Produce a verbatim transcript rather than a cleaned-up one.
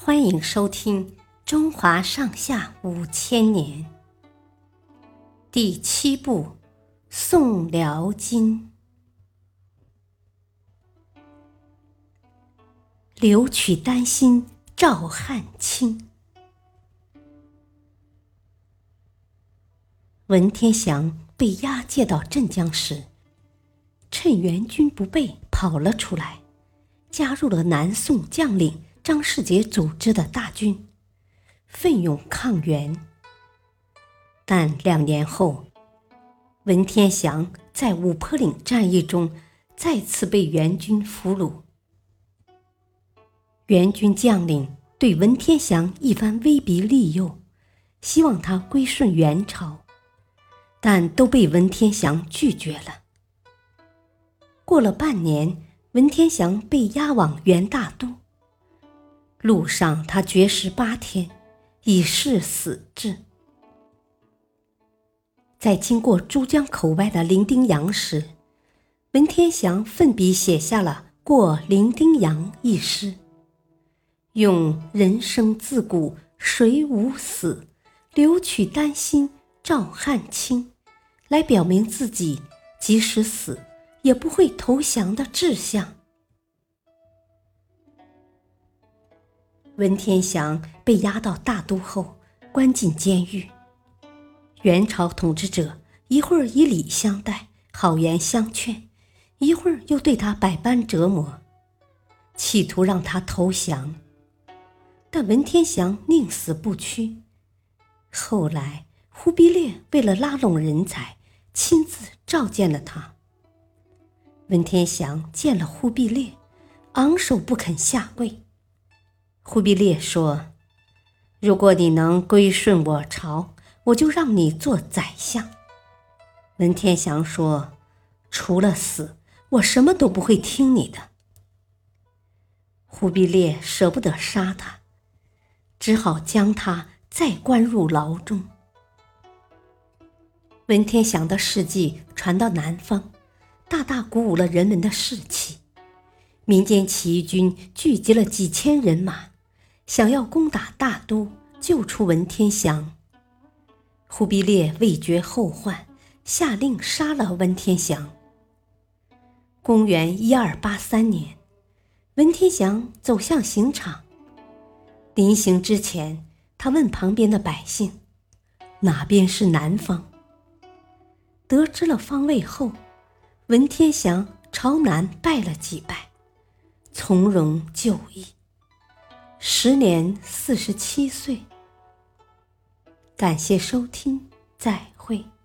欢迎收听《中华上下五千年》第七部《宋辽金》。留取丹心照汗青。文天祥被押解到镇江时，趁援军不备跑了出来，加入了南宋将领张世杰组织的大军，奋勇抗元。但两年后，文天祥在五坡岭战役中再次被元军俘虏。元军将领对文天祥一番威逼利诱，希望他归顺元朝，但都被文天祥拒绝了。过了半年，文天祥被押往元大都，路上他绝食八天，以示死志。在经过珠江口外的伶仃洋时，文天祥奋笔写下了《过伶仃洋》一诗，用人生自古谁无死，留取丹心照汗青来表明自己即使死也不会投降的志向。文天祥被押到大都后，关进监狱。元朝统治者一会儿以礼相待，好言相劝，一会儿又对他百般折磨，企图让他投降。但文天祥宁死不屈。后来忽必烈为了拉拢人才，亲自召见了他。文天祥见了忽必烈，昂首不肯下跪。忽必烈说：如果你能归顺我朝，我就让你做宰相。文天祥说：除了死，我什么都不会听你的。忽必烈舍不得杀他，只好将他再关入牢中。文天祥的事迹传到南方，大大鼓舞了人们的士气。民间起义军聚集了几千人马，想要攻打大都，救出文天祥。忽必烈未觉后患，下令杀了文天祥。公元一二八三年，文天祥走向刑场。临行之前，他问旁边的百姓：哪边是南方？得知了方位后，文天祥朝南拜了几拜，从容就义，时年四十七岁。感谢收听，再会。